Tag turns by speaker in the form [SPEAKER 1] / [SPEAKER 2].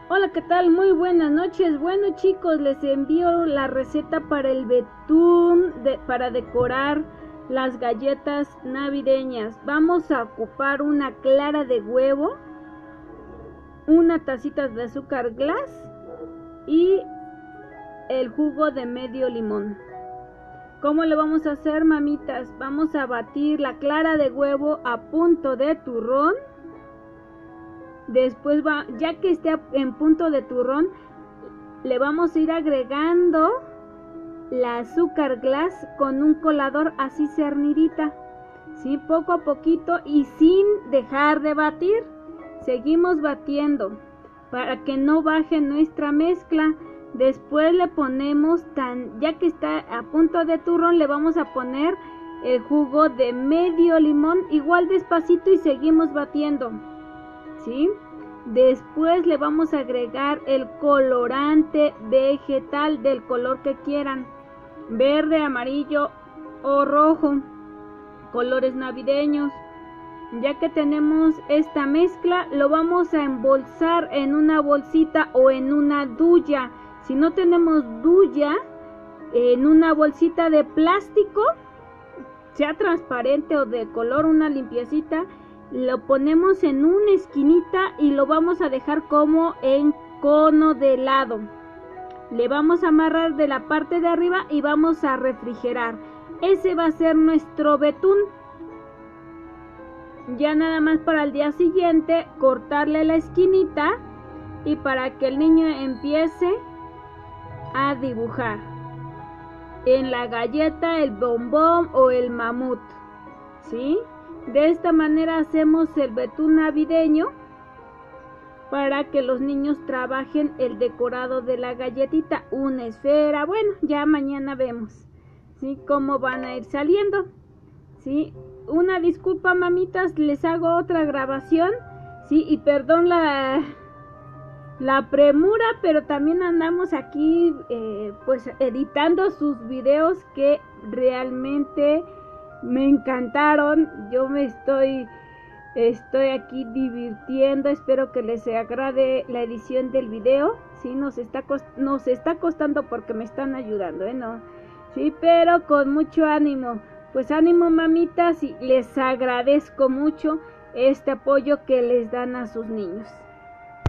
[SPEAKER 1] Hola, ¿qué tal? Muy buenas noches. Bueno, chicos, les envío la receta para el betún para decorar las galletas navideñas. Vamos a ocupar una clara de huevo, una tacita de azúcar glass y el jugo de medio limón. ¿Cómo lo vamos a hacer, mamitas? Vamos a batir la clara de huevo a punto de turrón. Después ya que esté en punto de turrón, le vamos a ir agregando la azúcar glass con un colador así cernidita, ¿sí? Poco a poquito y sin dejar de batir. Seguimos batiendo para que no baje nuestra mezcla. Después le ponemos, ya que está a punto de turrón, le vamos a poner el jugo de medio limón, igual despacito, y seguimos batiendo, ¿sí? Después le vamos a agregar el colorante vegetal del color que quieran, verde, amarillo o rojo, colores navideños. Ya que tenemos esta mezcla, lo vamos a embolsar en una bolsita o en una duya. Si no tenemos duya, en una bolsita de plástico, sea transparente o de color, una limpiecita, lo ponemos en una esquinita y lo vamos a dejar como en cono de helado. Le vamos a amarrar de la parte de arriba y vamos a refrigerar. Ese va a ser nuestro betún. Ya nada más para el día siguiente cortarle la esquinita y para que el niño empiece a dibujar en la galleta el bombón o el mamut, ¿sí? De esta manera hacemos el betún navideño para que los niños trabajen el decorado de la galletita, una esfera. Bueno, ya mañana vemos, ¿sí?, cómo van a ir saliendo, ¿sí? Una disculpa, mamitas, les hago otra grabación, ¿sí? Y perdón la premura, pero también andamos aquí pues editando sus videos que realmente me encantaron. Yo me estoy aquí divirtiendo. Espero que les agrade la edición del video. Sí, nos está costando porque me están ayudando, ¿no? Sí, pero con mucho ánimo. Pues ánimo, mamitas, y les agradezco mucho este apoyo que les dan a sus niños.